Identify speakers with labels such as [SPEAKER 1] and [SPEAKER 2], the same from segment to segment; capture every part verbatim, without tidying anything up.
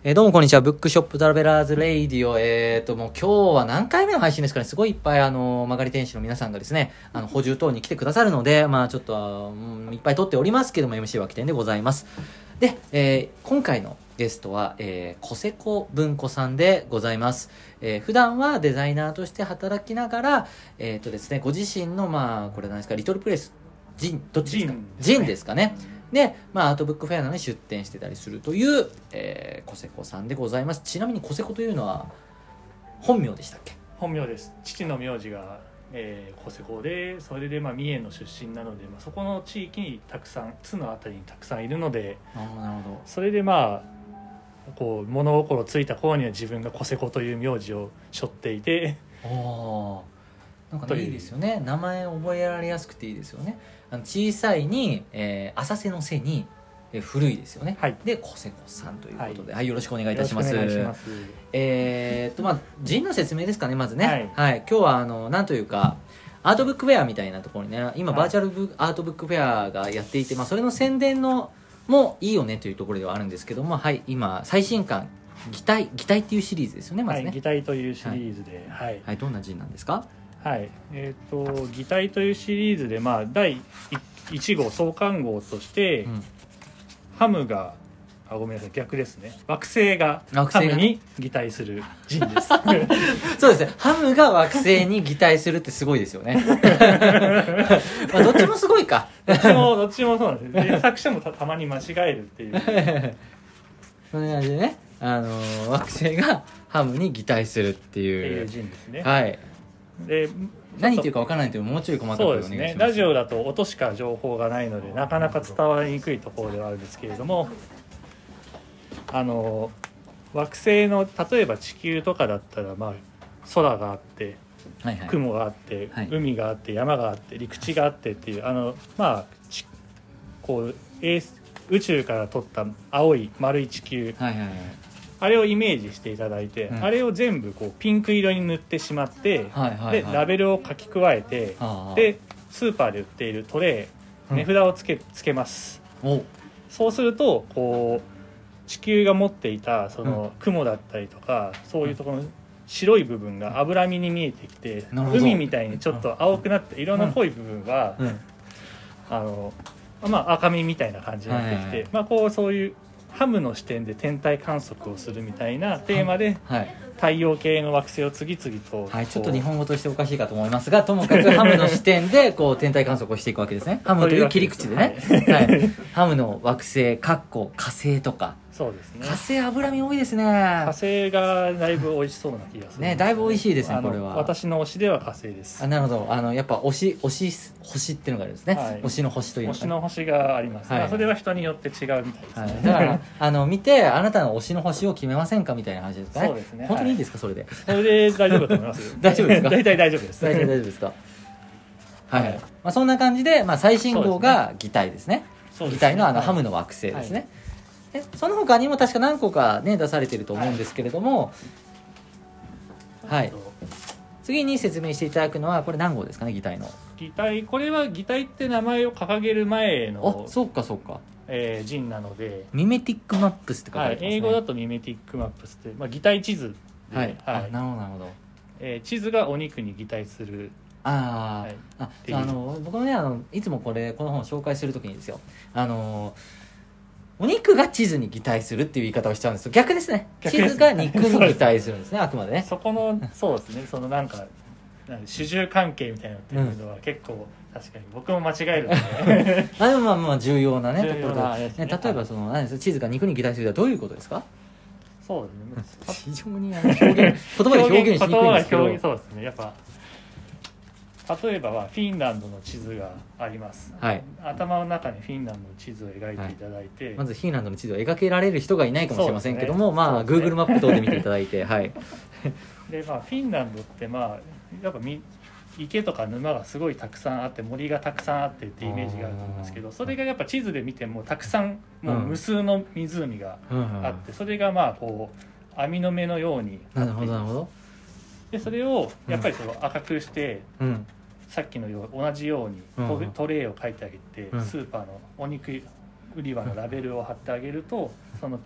[SPEAKER 1] えー、どうもこんにちは。ブックショップトラベラーズレイディオ。えーと、もう今日は何回目の配信ですかね。すごいいっぱいあの、曲がり天使の皆さんがですね、あの、補充等に来てくださるので、まあちょっと、うん、いっぱい撮っておりますけども、エムシー は起点でございます。で、えー、今回のゲストは、えー、コセコ文庫さんでございます。えー、普段はデザイナーとして働きながら、えーとですね、ご自身の、まあこれ何ですか、リトルプレス、ジン、どっちですか？ジンですかね。で、まあ、アートブックフェアなどに出展してたりするという、えー、コセコさんでございます。ちなみにコセコというのは本名でしたっけ？
[SPEAKER 2] 本名です。父の名字が、えー、コセコで、それでまあ三重の出身なので、まあ、そこの地域にたくさん、津のあたりにたくさんいるので、
[SPEAKER 1] あ、なるほど。
[SPEAKER 2] それでまあこう物心ついた頃には自分がコセコという名字を背負っていて、
[SPEAKER 1] ああ、なんかね、いいですよね。名前覚えられやすくていいですよね。あの小さいに、えー、浅瀬の瀬に、えー、古いですよね。
[SPEAKER 2] はい、
[SPEAKER 1] でコセコさんということで、はい、
[SPEAKER 2] はい、
[SPEAKER 1] よろしくお願いいたします。
[SPEAKER 2] よろしくお願いします。
[SPEAKER 1] えー、っとまあジンの説明ですかね、まずね。
[SPEAKER 2] はい、
[SPEAKER 1] はい、今日はあのなんというか。アートブックフェアみたいなところにね、今バーチャルブ、はい、アートブックフェアがやっていて、まあ、それの宣伝のもいいよねというところではあるんですけども、はい、今最新刊擬態擬態っていうシリーズですよね、まずね。
[SPEAKER 2] はい、擬態というシリーズで、はい、
[SPEAKER 1] はい、どんなジンなんですか？
[SPEAKER 2] はい、えっ、ー、と擬態というシリーズで、まあだいいち号創刊号として、うん、ハムがあごめんなさい逆ですね惑星がハムに擬態するジンです
[SPEAKER 1] そうですね、ハムが惑星に擬態するってすごいですよねまあどっちもすごいか
[SPEAKER 2] どっちもどっちもそうなんです。で作者も た, たまに間違えるっていう
[SPEAKER 1] そんな感じでね、あのー、惑星がハムに擬態するっていう、
[SPEAKER 2] っていうジンですね。
[SPEAKER 1] はい。
[SPEAKER 2] で
[SPEAKER 1] 何言っていうか分からないというもうちょい細かくお願いします。そうですね、
[SPEAKER 2] ラジオだと音しか情報がないのでなかなか伝わりにくいところではあるんですけれども、あの惑星の例えば地球とかだったら、まあ、空があって、はいはい、雲があって、はい、海があって山があって陸地があってっていうあの、まあ、こう宇宙から撮った青い丸い地球、はいはいはい、あれをイメージしていただいて、うん、あれを全部こうピンク色に塗ってしまって、はいはいはい、でラベルを書き加えて、はあ、でスーパーで売っているトレイ、値札をつけ、つけます、うん、そうするとこう地球が持っていたその雲だったりとか、うん、そういうところの白い部分が脂身に見えてきて、うん、海みたいにちょっと青くなって色の濃い部分は、うん、あのまあ、赤身みたいな感じになってきて、はいはいはい、まあ、こうそういうハムの視点で天体観測をするみたいなテーマで、はい、太陽系の惑星を次々と、
[SPEAKER 1] はい、ちょっと日本語としておかしいかと思いますが、ともかくハムの視点でこう天体観測をしていくわけですね。ハムという切り口でね、はいはい、ハムの惑星かっこ火星とか。
[SPEAKER 2] そうですね、
[SPEAKER 1] 火星脂身多いですね。
[SPEAKER 2] 火星がだいぶ美味しそうな気がする、
[SPEAKER 1] ね、だいぶ美味しいですね。これは
[SPEAKER 2] 私の推しでは火星です。
[SPEAKER 1] あ、なるほど。あのやっぱ推し推し星っていうのがあるんですね、はい、推しの星というのが、
[SPEAKER 2] 推しの星があります、はい、まあ、それは人によって違うみたいですね、はい、
[SPEAKER 1] だからあの見てあなたの推しの星を決めませんかみたいな話ですかね。
[SPEAKER 2] そうですね、
[SPEAKER 1] 本当にいいですか、それで。
[SPEAKER 2] それで大丈夫だと思います
[SPEAKER 1] 大丈夫ですか？
[SPEAKER 2] 大体大丈夫です。
[SPEAKER 1] 大体大丈夫ですか？はい、はい、まあ、そんな感じで、まあ、最新号が擬態ですね。擬態のあの、はい、ハムの惑星ですね、はい、でその他にも確か何個かね出されてると思うんですけれども、はい、はい、次に説明していただくのはこれ何号ですかね、擬態の。
[SPEAKER 2] 擬態、これは擬態って名前を掲げる前の、
[SPEAKER 1] あ、そうかそうか、
[SPEAKER 2] えー、ジンなので、
[SPEAKER 1] ミメティックマップスって書かれてますね、
[SPEAKER 2] はい、英語だとミメティックマップスって、まあ、擬態地図で、
[SPEAKER 1] はい、はい、あ、なるほどなるほど、
[SPEAKER 2] えー、地図がお肉に擬態する。
[SPEAKER 1] あ、はい、ああの僕もねあのいつもこれこの本を紹介するときにですよ、あのお肉が地図に擬態するっていう言い方をしちゃうんですよ。逆ですね。地図が肉に擬態するんですね、あくまでね。
[SPEAKER 2] そこのそうですね、そのなんか主従関係みたいなっていうのは結構、うん、確かに僕も間違えるんで
[SPEAKER 1] あ、でもまあまあ重要なね
[SPEAKER 2] 重要な、
[SPEAKER 1] ね、例えばその何ですか、地図が肉に擬態するとはどういうことですか？
[SPEAKER 2] そうです
[SPEAKER 1] ね、非常にあの表現言葉で表現しにくいんですけど、
[SPEAKER 2] 言葉がそうですね、やっぱ例えばはフィンランドの地図があります、はい、頭の中にフィンランドの地図を描いていただいて、はい、
[SPEAKER 1] まずフィンランドの地図を描けられる人がいないかもしれませんけども、ね、まあ、ね、Google マップ等で見ていただいて、はい、
[SPEAKER 2] で、まあ、フィンランドってまあやっぱ池とか沼がすごいたくさんあって森がたくさんあってってイメージがあると思いますけど、それがやっぱ地図で見てもたくさんもう無数の湖があって、それがまあこう網の目のようになっています。なるほどなるほど。でそれをやっぱりその赤くして、うん、さっきのよう同じように ト, トレイを書いてあげて、うん、スーパーのお肉売り場のラベルを貼ってあげると、そのフ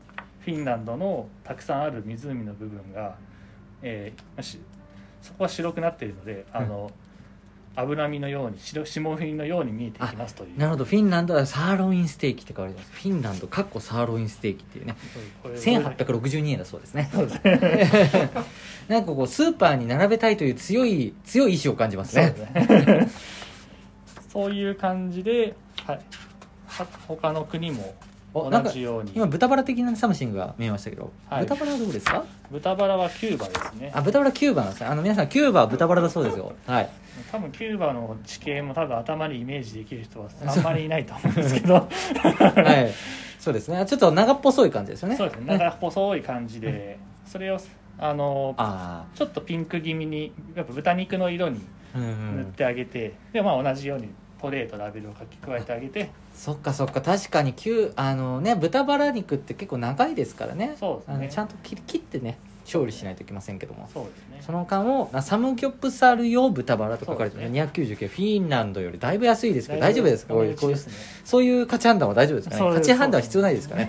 [SPEAKER 2] フィンランドのたくさんある湖の部分が、えー、しそこは白くなっているので、あの、うん、脂身のように白霜降りのように見えていきますという。
[SPEAKER 1] なるほど、フィンランドはサーロインステーキって書かれてます。フィンランドかっこサーロインステーキっていうね、せんはっぴゃくろくじゅうにえんだそうですね。そうですねなんかこうスーパーに並べたいという強い強い意志を感じますね。
[SPEAKER 2] そうですねそういう感じで、はい、他の国も同じように。
[SPEAKER 1] 今豚バラ的なサムシングが見えましたけど、はい、豚バラはどこですか？
[SPEAKER 2] 豚バラはキューバですね。
[SPEAKER 1] あ、豚バラキューバなんですね。あの皆さんキューバは豚バラだそうですよ。はい。
[SPEAKER 2] 多分キューバの地形も多分頭にイメージできる人はあんまりいないと思うんですけどはい、
[SPEAKER 1] そうですね。ちょっと長っぽそうい感じですよね。
[SPEAKER 2] そうですね、長っぽそうい感じで、それをあのあちょっとピンク気味にやっぱ豚肉の色に塗ってあげて、うんうん、でまあ同じようにトレーとラベルを書き加えてあげて。
[SPEAKER 1] そっかそっか、確かにキュあの、ね、豚バラ肉って結構長いですからね。
[SPEAKER 2] そうですね、
[SPEAKER 1] あのちゃんと切切ってね調理しないといけませんけども、
[SPEAKER 2] そうですね、
[SPEAKER 1] その間をサムギョプサル用豚バラと書かれてる、ね、にひゃくきゅうじゅうきゅうえん、フィンランドよりだいぶ安いですけど大丈夫ですか？こういうこういうそういう価値判断は大丈夫ですかね？価値判断は必要ないですかね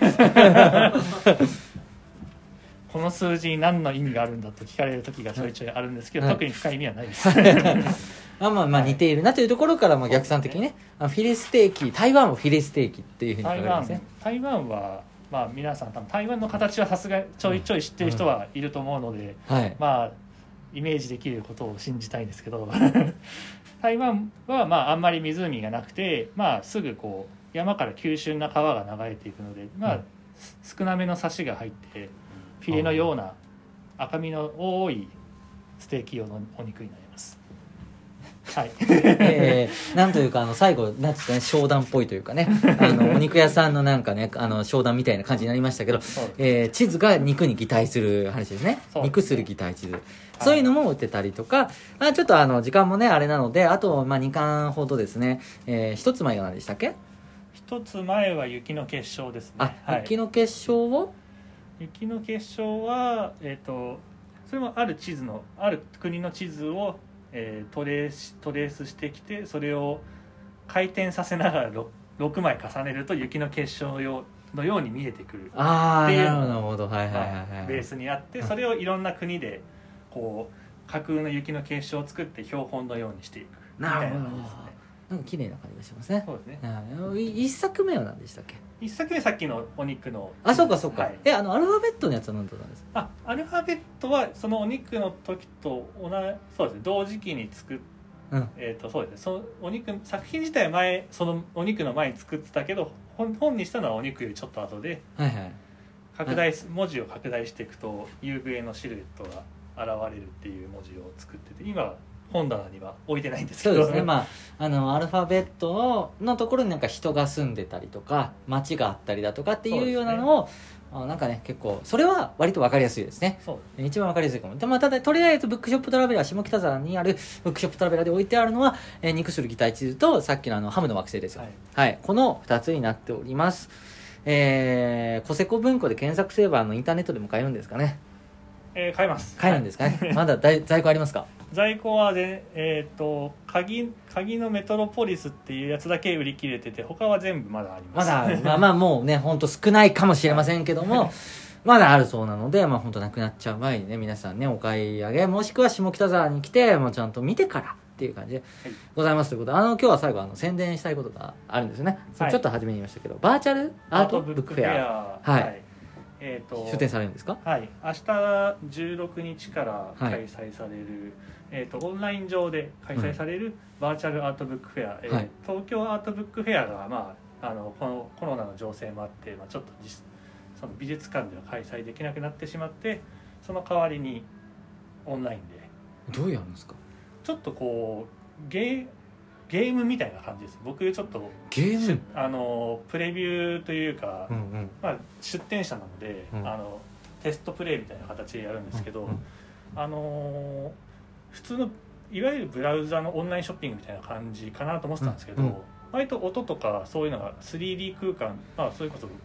[SPEAKER 2] この数字に何の意味があるんだと聞かれる時がちょいちょいあるんですけど、はい、特に深い意味はないです
[SPEAKER 1] あまあまあ似ているなというところからまあ逆算的にね、フィレステーキ、台湾もフィレステーキっていうふうに書かれてますね。
[SPEAKER 2] 台湾はまあ皆さん多分台湾の形はさすがちょいちょい知ってる人はいると思うので、うんはい、まあイメージできることを信じたいんですけど台湾はまああんまり湖がなくて、まあすぐこう山から急峻な川が流れていくので、まあ、うん、少なめのサシが入ってフィレのような赤身の多いステーキ用のお肉になります。はい
[SPEAKER 1] えー、なんというかあの最後なんですかね、商談っぽいというかね、あのお肉屋さんのなんかねあの商談みたいな感じになりましたけど、えー、地図が肉に擬態する話ですね。肉する擬態地図、はい、そういうのも売ってたりとか、あちょっとあの時間もねあれなので、あとまあにかんほどですね、えー、一つ前は何でしたっけ？
[SPEAKER 2] 一つ前は雪の結晶ですね。
[SPEAKER 1] あ、はい、雪の結晶を
[SPEAKER 2] 雪の結晶は、えーと、それもある地図のある国の地図をえー、トレーストレースしてきて、それを回転させながら 6, ろくまい重ねると雪の結晶のように見えてくるっていうのがベースにあって、それをいろんな国でこう架空の雪の結晶を作って標本のようにしていくみたいな感じですね。
[SPEAKER 1] なんか綺麗な感じがしますね。
[SPEAKER 2] そうですね。
[SPEAKER 1] 一作目は何でしたっけ？
[SPEAKER 2] 一作目さっきのお肉の。
[SPEAKER 1] あ、そうかそうか。はい、え、あのアルファベットのやつは何だったんですか？
[SPEAKER 2] あ、アルファベットはそのお肉の時と同じ、そうですね、同時期に作っ、うん、えっ、ー、とそうですね。そのお肉作品自体前そのお肉の前に作ってたけど、本, 本にしたのはお肉よりちょっと後で、はいはい、拡大文字を拡大していくと ユーブイエー のシルエットが現れるっていう文字を作ってて、今本棚には置いてないんですけど、
[SPEAKER 1] そうですね、まあ、あのアルファベットのところになんか人が住んでたりとか街があったりだとかっていうようなのを、あなんかね結構それは割と分かりやすいですね。そう一番分かりやすいかも。で、まあ、ただとりあえずブックショップトラベラー、下北沢にあるブックショップトラベラーで置いてあるのは、えー、肉する擬態地図とさっきのあのハムの惑星ですよ、はいはい、このふたつになっております。えー、コセコ文庫で検索すればあのインターネットでも買えるんですかね？
[SPEAKER 2] えー、買えます。
[SPEAKER 1] 買えるんですかね、はい、まだ在庫ありますか？
[SPEAKER 2] 在庫はで、えー、と 鍵, 鍵のメトロポリスっていうやつだけ売り切れてて、他は全部まだあります。
[SPEAKER 1] まだあるまあまあもうね本当少ないかもしれませんけども、はい、まだあるそうなので、まあ本当なくなっちゃう前にね皆さんねお買い上げもしくは下北沢に来てもうちゃんと見てからっていう感じでございますということで、あの今日は最後あの宣伝したいことがあるんですよね、はい、ちょっと初めに言いましたけどバーチャルアートブックフェア、はい、はいえー、と出展されるんですか？
[SPEAKER 2] はい、明日じゅうろくにちから開催される、はいえー、とオンライン上で開催されるバーチャルアートブックフェア、はいえー、東京アートブックフェアが、まあ、あのこのコロナの情勢もあって、まあ、ちょっと実その美術館では開催できなくなってしまって、その代わりにオンラインで
[SPEAKER 1] どうやるんですか？
[SPEAKER 2] ちょっとこうゲーゲームみたいな感じです。僕ちょっと
[SPEAKER 1] ゲーム
[SPEAKER 2] あのプレビューというか、
[SPEAKER 1] うんうん
[SPEAKER 2] まあ、出展者なので、うん、あのテストプレイみたいな形でやるんですけど、うんうん、あの普通のいわゆるブラウザのオンラインショッピングみたいな感じかなと思ってたんですけど、うんうん、割と音とかそういうのが スリーディー 空間、まあ、それこそ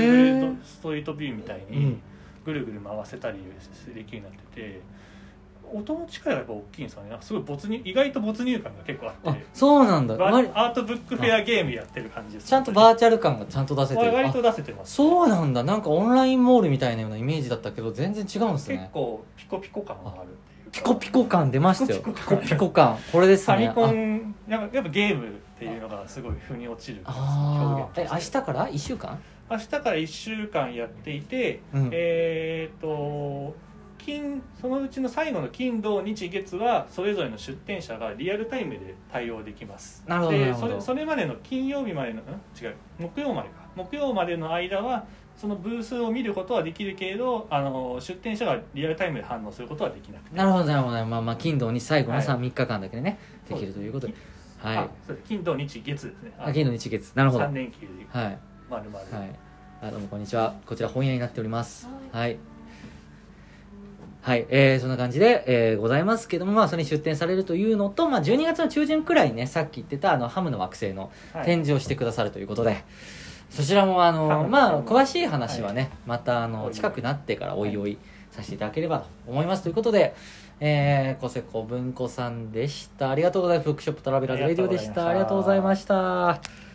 [SPEAKER 2] Google ストリートビューみたいにぐるぐる回せたりできるようになってて、 音の力がやっぱ大きいんですかね。なんかすごい没入意外と没入感が結構あって、
[SPEAKER 1] あそうなんだ。
[SPEAKER 2] バ
[SPEAKER 1] 割
[SPEAKER 2] アートブックフェアゲームやってる感じです。
[SPEAKER 1] ちゃんとバーチャル感がちゃんと出せてる。
[SPEAKER 2] 割と出せてます。
[SPEAKER 1] そうなんだ。なんかオンラインモールみたいなようなイメージだったけど全然違うんですね。
[SPEAKER 2] 結構ピコピコ感があるっていうか、
[SPEAKER 1] ピコピコ感出ましたよ。ピ
[SPEAKER 2] ピコピコ感
[SPEAKER 1] コピコ感これですね。
[SPEAKER 2] ファミコンやっぱやっぱゲームっていうのがすごい腑に落ちる
[SPEAKER 1] ああ、え
[SPEAKER 2] 表現として
[SPEAKER 1] 明日からいっしゅうかん？
[SPEAKER 2] 明日からいっしゅうかんやっていて、
[SPEAKER 1] うん、
[SPEAKER 2] えっ、ー、と金そのうちの最後の金土日月はそれぞれの出店者がリアルタイムで対応できます。
[SPEAKER 1] なるほど。
[SPEAKER 2] でそれそれまでの金曜日までのん違う木曜までか木曜までの間はそのブースを見ることはできるけれど、あの出店者がリアルタイムで反応することはできなくて。
[SPEAKER 1] なるほどなるほど。まあまあ金土日最後の
[SPEAKER 2] はい
[SPEAKER 1] さん、みっかかんだけでねできるということで、はい。
[SPEAKER 2] あそうです金土日月ですね。
[SPEAKER 1] あ金土日月なるほど。
[SPEAKER 2] さん連休で
[SPEAKER 1] はい
[SPEAKER 2] 丸々、
[SPEAKER 1] はい。あどうもこんにちは。こちら本屋になっております。はいはい、えー、そんな感じで、えー、ございますけども、まあそれに出展されるというのと、まあじゅうにがつの中旬くらいにね、さっき言ってたあのハムの惑星の展示をしてくださるということで、はい、そちらもあのまあ詳しい話はね、はい、またあの近くなってからおいおいさせていただければと思いますということで、えー、小瀬古文庫さんでした。ありがとうございます。ブックショップトラベラーズレディオでした。ありがとうございました。